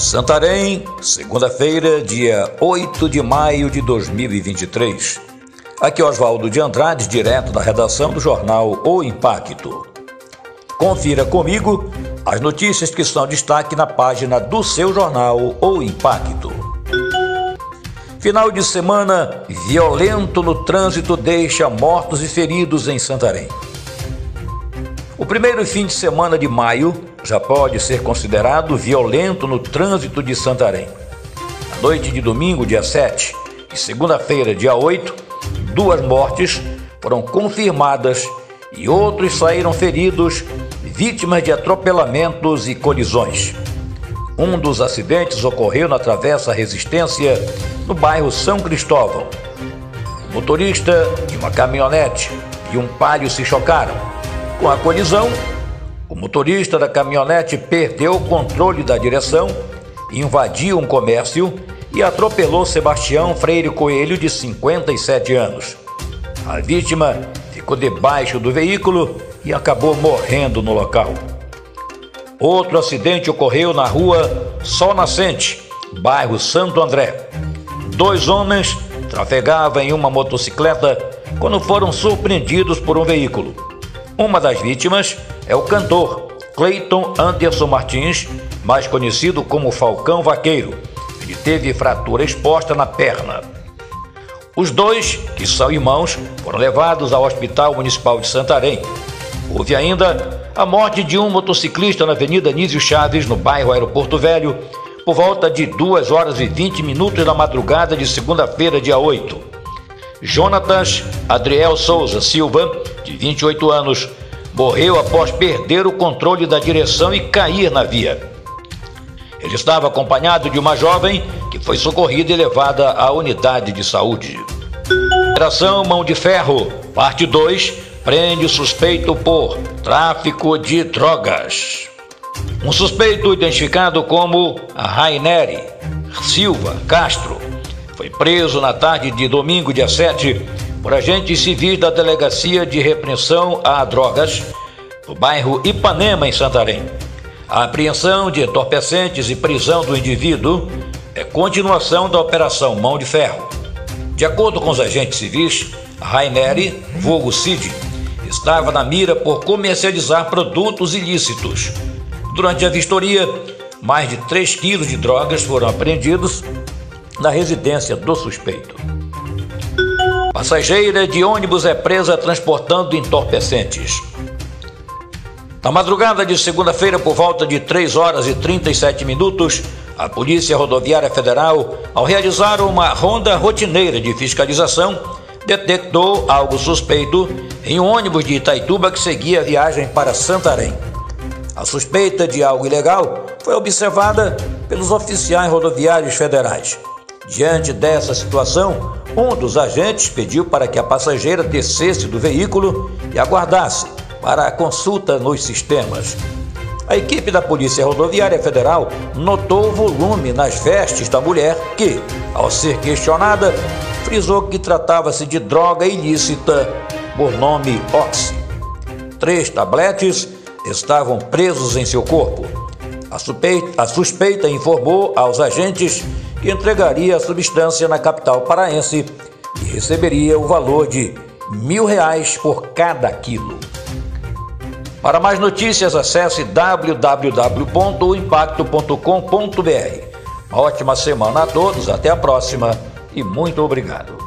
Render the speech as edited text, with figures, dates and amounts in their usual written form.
Santarém, segunda-feira, dia 8 de maio de 2023. Aqui é Oswaldo de Andrade, direto da redação do jornal O Impacto. Confira comigo as notícias que são destaque na página do seu jornal O Impacto. Final de semana violento no trânsito deixa mortos e feridos em Santarém. O primeiro fim de semana de maio já pode ser considerado violento no trânsito de Santarém. Na noite de domingo, dia 7, e segunda-feira, dia 8, 2 mortes foram confirmadas e outros saíram feridos, vítimas de atropelamentos e colisões. Um dos acidentes ocorreu na Travessa Resistência, no bairro São Cristóvão. O motorista de uma caminhonete e um Palio se chocaram. Com a colisão, o motorista da caminhonete perdeu o controle da direção, invadiu um comércio e atropelou Sebastião Freire Coelho, de 57 anos. A vítima ficou debaixo do veículo e acabou morrendo no local. Outro acidente ocorreu na rua Sol Nascente, bairro Santo André. 2 homens trafegavam em uma motocicleta quando foram surpreendidos por um veículo. Uma das vítimas é o cantor Cleiton Anderson Martins, mais conhecido como Falcão Vaqueiro. Ele teve fratura exposta na perna. Os 2, que são irmãos, foram levados ao Hospital Municipal de Santarém. Houve ainda a morte de um motociclista na Avenida Nísio Chaves, no bairro Aeroporto Velho, por volta de 2h20 da madrugada de segunda-feira, dia 8. Jonatas Adriel Souza Silva, de 28 anos, morreu após perder o controle da direção e cair na via. Ele estava acompanhado de uma jovem que foi socorrida e levada à unidade de saúde. Operação Mão de Ferro, parte 2, prende o suspeito por tráfico de drogas. Um suspeito identificado como Raineri Silva Castro foi preso na tarde de domingo, dia 7, por agentes civis da Delegacia de Repressão a Drogas, no bairro Ipanema, em Santarém. A apreensão de entorpecentes e prisão do indivíduo é continuação da Operação Mão de Ferro. De acordo com os agentes civis, Raineri, vulgo Cid, estava na mira por comercializar produtos ilícitos. Durante a vistoria, mais de 3 quilos de drogas foram apreendidos na residência do suspeito. Passageira de ônibus é presa transportando entorpecentes. Na madrugada de segunda-feira, por volta de 3h37, a Polícia Rodoviária Federal, ao realizar uma ronda rotineira de fiscalização, detectou algo suspeito em um ônibus de Itaituba que seguia a viagem para Santarém. A suspeita de algo ilegal foi observada pelos oficiais rodoviários federais. Diante dessa situação, um dos agentes pediu para que a passageira descesse do veículo e aguardasse para a consulta nos sistemas. A equipe da Polícia Rodoviária Federal notou o volume nas vestes da mulher que, ao ser questionada, frisou que tratava-se de droga ilícita por nome Oxy. 3 tabletes estavam presos em seu corpo. A suspeita informou aos agentes que entregaria a substância na capital paraense e receberia o valor de R$1.000 por cada quilo. Para mais notícias, acesse www.oimpacto.com.br. Uma ótima semana a todos, até a próxima e muito obrigado.